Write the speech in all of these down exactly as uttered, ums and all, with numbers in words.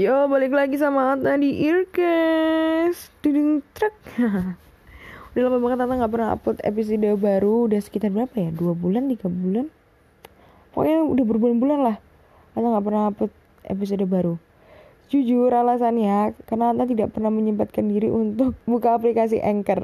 Yo, balik lagi sama Ata di Earcast. Dudung truk. Udah lama banget Ata gak pernah upload episode baru. Udah sekitar berapa ya? Dua bulan, tiga bulan? Pokoknya udah berbulan-bulan lah Ata gak pernah upload episode baru. Jujur alasannya karena Ata tidak pernah menyempatkan diri untuk buka aplikasi Anchor.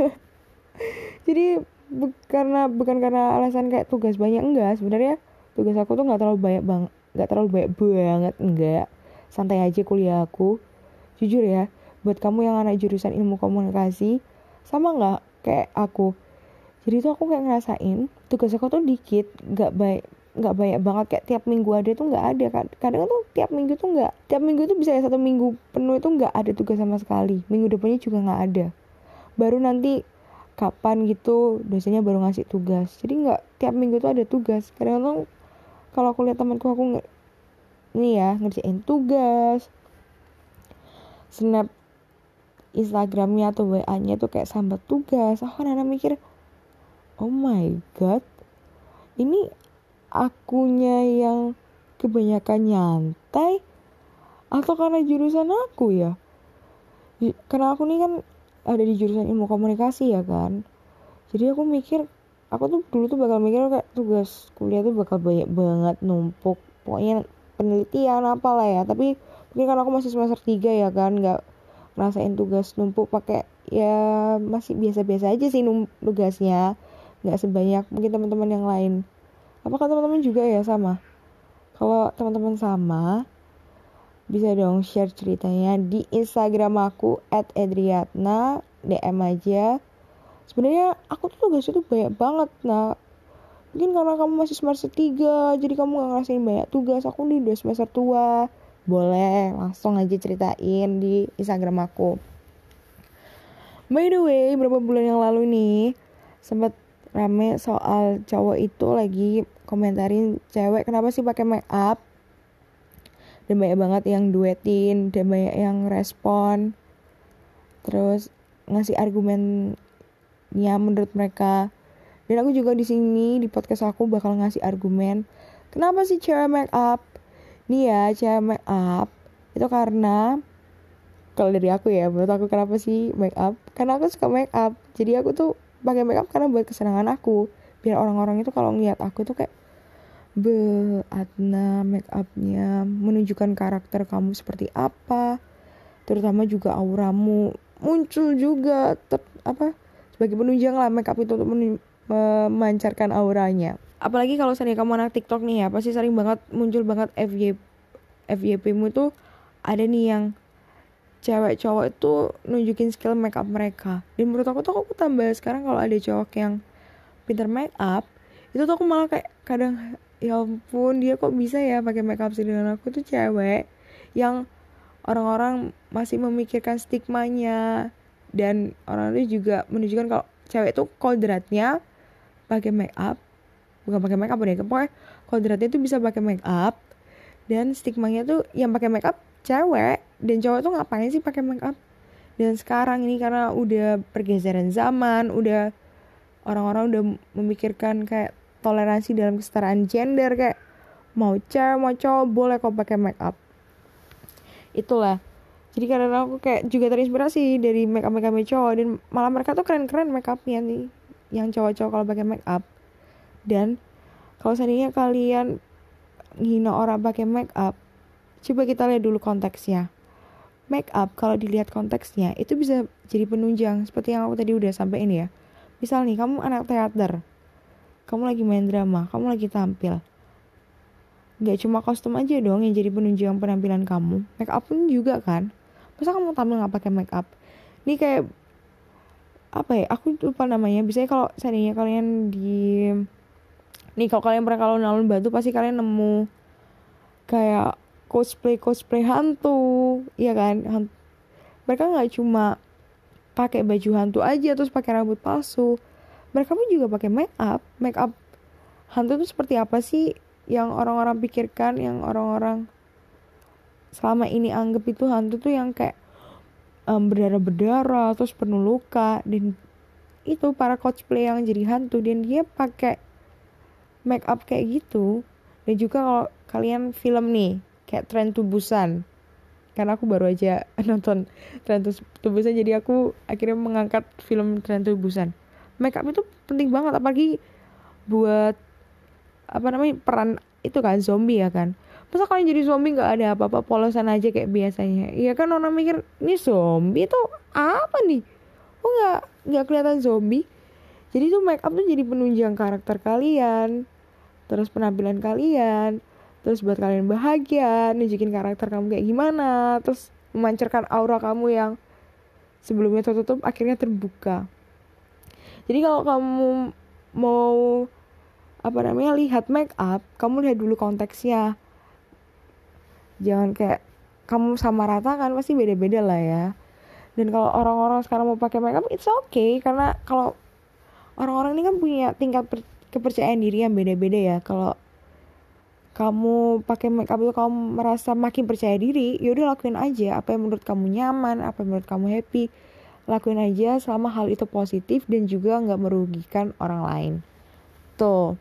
Jadi bu- karena bukan karena alasan kayak tugas banyak, enggak. Sebenarnya tugas aku tuh gak terlalu banyak banget. Gak terlalu banyak banget, enggak. Santai aja kuliah aku. Jujur ya, buat kamu yang anak jurusan ilmu komunikasi, sama gak kayak aku. Jadi tuh aku kayak ngerasain tugas aku tuh dikit, gak baik, gak banyak banget. Kayak tiap minggu ada tuh gak ada. Kadang tuh tiap minggu tuh gak, tiap minggu tuh bisa ya satu minggu penuh itu gak ada tugas sama sekali. Minggu depannya juga gak ada. Baru nanti kapan gitu dosennya baru ngasih tugas. Jadi gak tiap minggu tuh ada tugas. Kadang tuh kalau aku lihat temanku, aku nge- nih ya ngerjain tugas, snap Instagramnya atau W A-nya tuh kayak sambat tugas. Aku kan anak mikir, oh my god, ini akunya yang kebanyakan nyantai atau karena jurusan aku ya? Karena aku nih kan ada di jurusan ilmu komunikasi ya kan. Jadi aku mikir, aku tuh dulu tuh bakal mikir kayak tugas kuliah tuh bakal banyak banget, numpuk. Pokoknya penelitian apalah ya. Tapi mungkin karena aku masih semester tiga ya kan, nggak ngerasain tugas numpuk pakai, ya masih biasa-biasa aja sih num- tugasnya, nggak sebanyak mungkin teman-teman yang lain. Apakah teman-teman juga ya sama? Kalau teman-teman sama, bisa dong share ceritanya di Instagram aku at edriatna, D M aja. Sebenarnya aku tuh tugasnya tuh banyak banget. Nah, mungkin karena kamu masih semester tiga, jadi kamu gak ngerasain banyak tugas. Aku nih udah semester tua. Boleh langsung aja ceritain di Instagram aku. By the way, beberapa bulan yang lalu nih sempat rame soal cowok itu lagi komentarin cewek kenapa sih pakai make up. Dan banyak banget yang duetin, dan banyak yang respon. Terus ngasih argumennya menurut mereka. Dan aku juga di sini di podcast aku bakal ngasih argumen kenapa sih cewek make up. Nih ya, cewek make up itu karena, kalau dari aku ya, menurut aku kenapa sih make up? Karena aku suka make up. Jadi aku tuh pakai make up karena buat kesenangan aku. Biar orang-orang itu kalau ngeliat aku tuh kayak, be, Adna make upnya menunjukkan karakter kamu seperti apa. Terutama juga auramu muncul juga ter, apa sebagai penunjang lah, make up itu untuk menun, memancarkan auranya. Apalagi kalau misalnya kamu anak TikTok nih ya, pasti sering banget muncul banget F Y F Y P-mu tuh ada nih yang cewek cowok itu nunjukin skill make up mereka. Dan menurut aku tuh aku tambah sekarang kalau ada cowok yang pintar make up, itu tuh aku malah kayak kadang, ya ampun dia kok bisa ya pakai make up sih. Dengan aku tuh cewek yang orang-orang masih memikirkan stigmanya, dan orang itu juga menunjukkan kalau cewek itu kodratnya pakai make up, bukan pakai make up deh, pokoknya kodratnya itu bisa pakai make up, dan stigmanya tuh yang pakai make up cewek, dan cowok tuh ngapain sih pakai make up. Dan sekarang ini karena udah pergeseran zaman, udah orang-orang udah memikirkan kayak toleransi dalam kesetaraan gender, kayak mau cewek mau cowok boleh kok pakai make up. Itulah. Jadi karena aku kayak juga terinspirasi dari make up make up cowok, dan malah mereka tuh keren-keren make upnya nih yang cowok-cowok kalau pakai make up. Dan kalau seandainya kalian ngina orang pakai make up, coba kita lihat dulu konteksnya. Make up kalau dilihat konteksnya itu bisa jadi penunjang, seperti yang aku tadi udah sampein ya. Misal nih kamu anak teater, kamu lagi main drama, kamu lagi tampil, gak cuma kostum aja dong yang jadi penunjang penampilan kamu, make up pun juga kan. Masa kamu tampil gak pakai make up? Ini kayak apa ya, aku lupa namanya. Biasanya kalau seandainya kalian di nih kalau kalian pernah kalau nalun batu, pasti kalian nemu kayak cosplay cosplay hantu, iya kan? Hantu. Mereka nggak cuma pakai baju hantu aja terus pakai rambut palsu, mereka pun juga pakai make up. Make up hantu itu seperti apa sih yang orang-orang pikirkan, yang orang-orang selama ini anggap itu hantu tuh yang kayak um, berdarah-berdarah terus penuh luka. Dan itu para cosplay yang jadi hantu, dan dia pakai make up kayak gitu. Dan juga kalau kalian film nih kayak Tren to Busan, karena aku baru aja nonton Tren to Busan, jadi aku akhirnya mengangkat film Tren to Busan. Make up itu penting banget, apalagi buat apa namanya peran itu kan zombie ya kan. Masa kalian jadi zombie nggak ada apa-apa, polosan aja kayak biasanya? Iya kan, orang mikir ini zombie tuh apa nih? Oh nggak nggak kelihatan zombie. Jadi tuh make up tuh jadi penunjang karakter kalian, terus penampilan kalian, terus buat kalian bahagia, nunjukin karakter kamu kayak gimana, terus memancarkan aura kamu yang sebelumnya tertutup akhirnya terbuka. Jadi kalau kamu mau apa namanya lihat make up, kamu lihat dulu konteksnya. Jangan kayak kamu sama rata kan, pasti beda-beda lah ya. Dan kalau orang-orang sekarang mau pakai make up, it's okay, karena kalau orang-orang ini kan punya tingkat per- kepercayaan diri yang beda-beda ya. Kalau kamu pakai make up itu kamu merasa makin percaya diri, yaudah lakuin aja apa yang menurut kamu nyaman, apa yang menurut kamu happy, lakuin aja selama hal itu positif dan juga nggak merugikan orang lain. Tuh.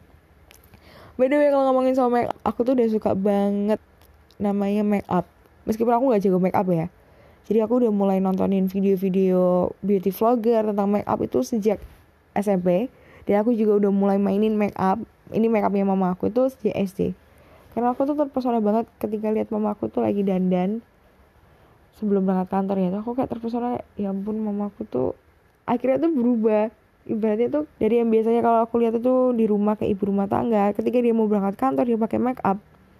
By the way, kalau ngomongin soal make up, aku tuh udah suka banget namanya make up. Meskipun aku nggak jago make up ya. Jadi aku udah mulai nontonin video-video beauty vlogger tentang make up itu sejak S M P. Dan aku juga udah mulai mainin make up. Ini make upnya mama aku tuh sejak S D. Karena aku tuh terpesona banget ketika lihat mama aku tuh lagi dandan sebelum berangkat kantor ya. Tuh aku kayak terpesona, ya ampun mama aku tuh akhirnya tuh berubah. Ibaratnya tuh dari yang biasanya kalau aku lihat itu di rumah kayak ibu rumah tangga, ketika dia mau berangkat kantor dia pakai make up.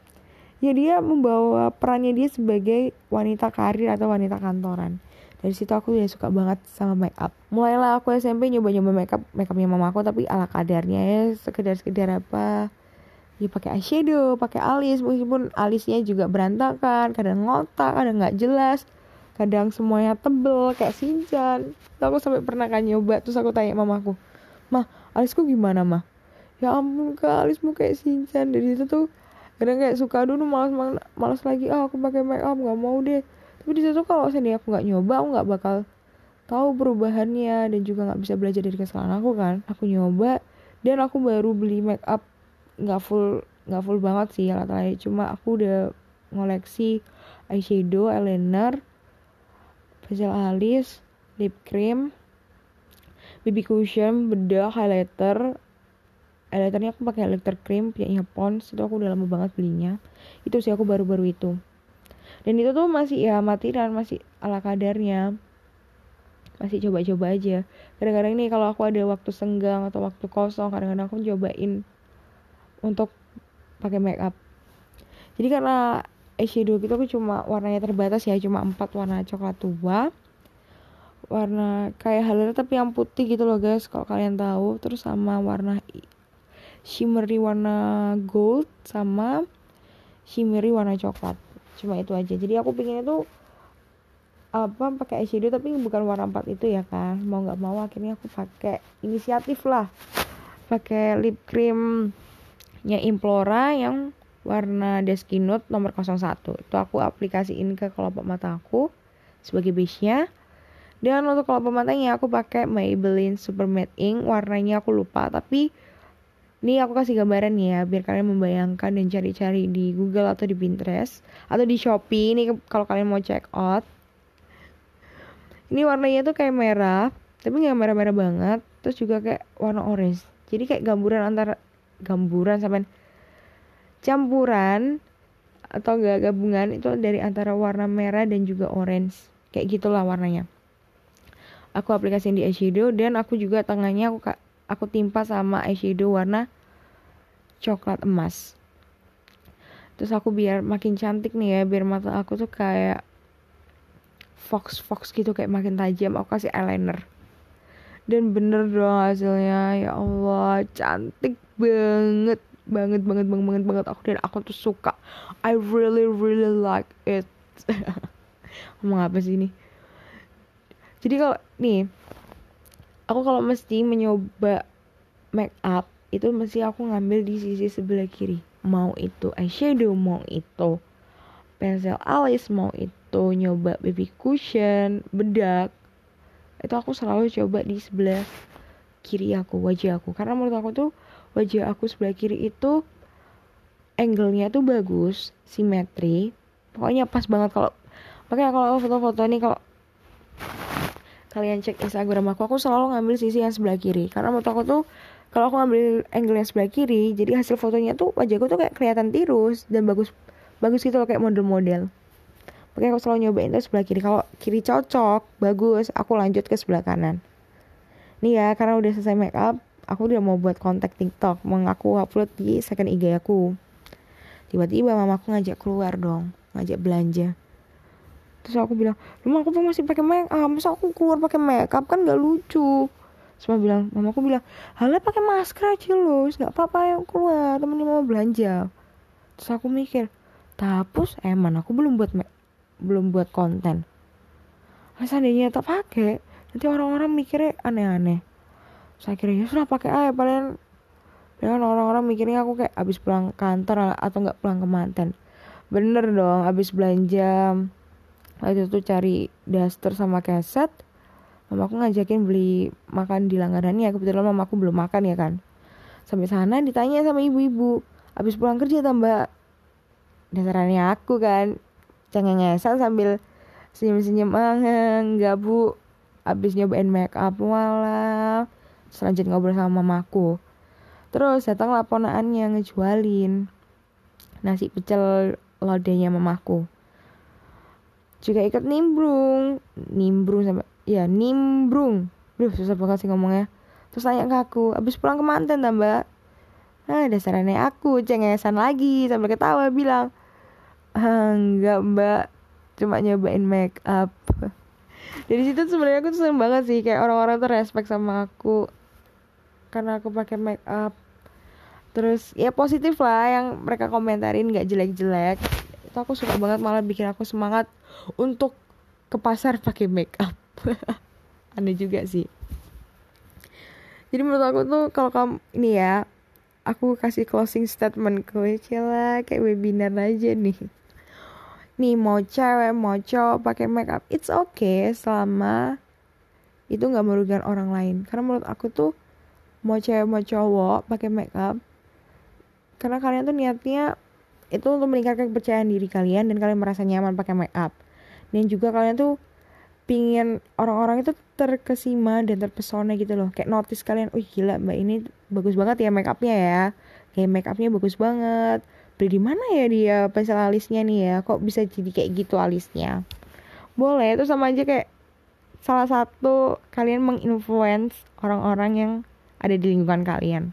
Ya dia membawa perannya dia sebagai wanita karir atau wanita kantoran. Dari situ aku ya suka banget sama make up. Mulailah aku S M P nyoba-nyoba make up, make upnya mama aku tapi ala kadarnya ya, sekedar-sekedar apa. Ya pakai eyeshadow, pakai alis, meskipun alisnya juga berantakan, kadang ngotak, kadang nggak jelas, kadang semuanya tebel kayak Shinchan. Terus aku sampai pernah kan nyoba, terus aku tanya mamaku, "Mah, alisku gimana, Mah?" "Ya ampun Kak, alismu kayak Shinchan." Dari itu tuh kadang kayak suka dulu malas malas lagi, ah aku pakai make up nggak mau deh. Tapi di situ kalau seandainya aku nggak nyoba, aku nggak bakal tahu perubahannya dan juga nggak bisa belajar dari kesalahan aku kan. Aku nyoba dan aku baru beli make up nggak full nggak full banget sih alat-alatnya, cuma aku udah ngoleksi eyeshadow, eyeliner, pensel alis, lip cream, B B cushion, bedak, highlighter. Highlighternya aku pakai highlighter cream punyanya Pond's, itu aku udah lama banget belinya. Itu sih aku baru-baru itu. Dan itu tuh masih ya amatiran, masih ala kadarnya. Masih coba-coba aja. Kadang-kadang nih kalau aku ada waktu senggang atau waktu kosong, kadang-kadang aku cobain untuk pakai make up. Jadi karena eyeshadow gitu aku cuma warnanya terbatas ya, cuma empat warna coklat tua, warna kayak highlighter tapi yang putih gitu loh guys kalau kalian tahu, terus sama warna shimmery warna gold sama shimmery warna coklat. Cuma itu aja. Jadi aku pengen itu apa pakai eyeshadow tapi bukan warna empat itu ya kan. Mau nggak mau akhirnya aku pakai inisiatif lah, pakai lip cream nya Implora yang warna Dusky Nude nomor nol satu. Itu aku aplikasiin ke kelopak mata aku sebagai base-nya. Dan untuk kelopak matanya aku pakai Maybelline Super Matte Ink, warnanya aku lupa, tapi ini aku kasih gambaran ya biar kalian membayangkan dan cari-cari di Google atau di Pinterest atau di Shopee. Ini kalau kalian mau check out. Ini warnanya tuh kayak merah, tapi nggak merah-merah banget. Terus juga kayak warna orange. Jadi kayak gamburan antara gamburan sampai campuran atau enggak gabungan itu dari antara warna merah dan juga orange, kayak gitulah warnanya. Aku aplikasiin di eyeshadow dan aku juga tengahnya aku aku timpa sama eyeshadow warna coklat emas. Terus aku biar makin cantik nih ya, biar mata aku tuh kayak fox fox gitu, kayak makin tajam, aku kasih eyeliner. Dan bener dong hasilnya, ya Allah cantik banget banget banget banget banget banget aku, dan aku tuh suka, I really really like it. Ngomong apa sih ini? Jadi kalau nih aku kalau mesti mencoba make up itu mesti aku ngambil di sisi sebelah kiri, mau itu eyeshadow, mau itu pensel alis, mau itu nyoba B B cushion, bedak, itu aku selalu coba di sebelah kiri aku, wajah aku, karena menurut aku tuh wajah aku sebelah kiri itu angle-nya tuh bagus, simetri, pokoknya pas banget. Kalau Makanya kalau foto-foto nih, kalau kalian cek Instagram aku, aku selalu ngambil sisi yang sebelah kiri. Karena menurut aku tuh kalau aku ngambil angle yang sebelah kiri, jadi hasil fotonya tuh wajahku tuh kayak kelihatan tirus dan bagus bagus gitu loh, kayak model-model. Makanya aku selalu nyobain tuh sebelah kiri. Kalau kiri cocok, bagus, aku lanjut ke sebelah kanan. Nih ya, karena udah selesai make up, aku udah mau buat konten TikTok, mau aku upload di second I G aku. Tiba-tiba mamaku ngajak keluar dong, ngajak belanja. Terus aku bilang, "Mama, aku tuh masih pakai make up, masa aku keluar pakai make up, kan gak lucu." Terus mama bilang, mamaku bilang, "Halah, pakai masker aja loh, nggak apa-apa, ayo keluar, temenin mama belanja." Terus aku mikir, tapus eman aku belum buat me- belum buat konten. Nah, seandainya tak pakai, nanti orang-orang mikirnya aneh-aneh. Saya kira ya sudah pakai aja, paling paling orang-orang mikirnya aku kayak abis pulang kantor atau nggak pulang ke mantan. Bener dong, abis belanja waktu itu cari daster sama keset, mamaku ngajakin beli makan di langganannya. Kebetulan mamaku belum makan ya kan. Sampai sana ditanya sama ibu-ibu, abis pulang kerja tambah. Dasarannya aku kan cengengesan sambil senyum-senyum, ah enggak bu, abis nyobain make up malah. Selanjutnya ngobrol sama mamaku. Terus datanglah ponaannya ngejualin nasi pecel lodehnya mamaku. Juga ikut nimbrung, nimbrung sama ya nimbrung. Duh, susah banget sih ngomongnya. Terus tanya ke aku, abis pulang ke mantan tambah. Nah, dasarannya aku cengengesan lagi sambil ketawa bilang, ah, enggak mbak, cuma nyobain make up. Dari situ sebenarnya aku tuh seneng banget sih, kayak orang-orang tuh respect sama aku karena aku pakai make up. Terus ya positif lah yang mereka komentarin, nggak jelek-jelek. Itu aku suka banget, malah bikin aku semangat untuk ke pasar pakai make up. Aneh juga sih. Jadi menurut aku tuh kalau kamu ini ya, aku kasih closing statement ke Cila kayak webinar aja nih. Nih mau cewek mau cowok pakai make up, it's okay selama itu nggak merugikan orang lain. Karena menurut aku tuh mau cewek mau cowok pakai make up, karena kalian tuh niatnya itu untuk meningkatkan kepercayaan diri kalian dan kalian merasa nyaman pakai make up. Dan juga kalian tuh pingin orang-orang itu terkesima dan terpesona gitu loh. Kayak notice kalian, "Oh gila, Mbak ini bagus banget ya make upnya ya. Kayak make upnya bagus banget. Beli di mana ya dia pensel alisnya nih ya? Kok bisa jadi kayak gitu alisnya?" Boleh, itu sama aja kayak salah satu kalian menginfluence orang-orang yang ada di lingkungan kalian.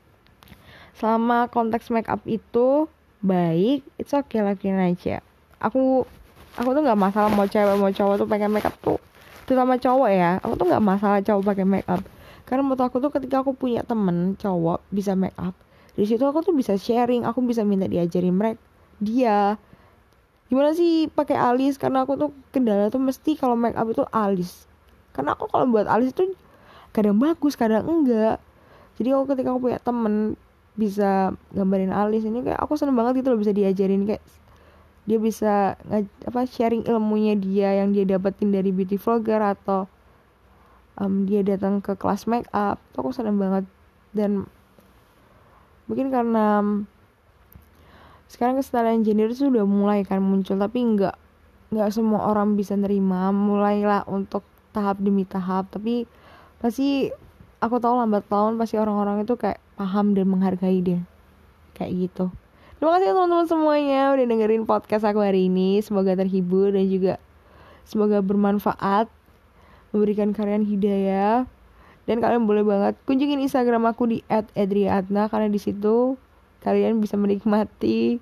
Selama konteks make up itu baik, it's okay, lakuin aja. Aku aku tuh nggak masalah mau cewek mau cowok tuh pakai make up tuh, terutama cowok ya. Aku tuh nggak masalah cowok pakai make up, karena menurut aku tuh ketika aku punya temen cowok bisa make up, di situ aku tuh bisa sharing, aku bisa minta diajarin mereka dia gimana sih pakai alis. Karena aku tuh kendala tuh mesti kalau make up itu alis, karena aku kalau buat alis tuh kadang bagus kadang enggak. Jadi aku ketika aku punya temen bisa gambarin alis ini, kayak aku seneng banget gitu loh, bisa diajarin, kayak dia bisa nge- apa sharing ilmunya dia yang dia dapetin dari beauty vlogger atau um, dia datang ke kelas make up. Tuh aku seneng banget. Dan mungkin karena um, sekarang kesetaraan gender itu sudah mulai kan muncul, tapi nggak nggak semua orang bisa nerima. Mulailah untuk tahap demi tahap, tapi pasti aku tahu lambat laun pasti orang-orang itu kayak paham dan menghargai dia kayak gitu. Terima kasih teman-teman semuanya udah dengerin podcast aku hari ini. Semoga terhibur dan juga semoga bermanfaat, memberikan kalian hidayah. Dan kalian boleh banget kunjungin Instagram aku di et edriatna, karena di situ kalian bisa menikmati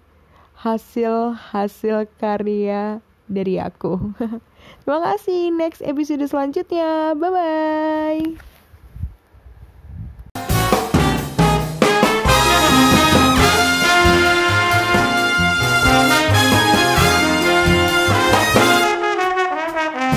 hasil-hasil karya dari aku. Terima kasih, next episode selanjutnya. Bye bye.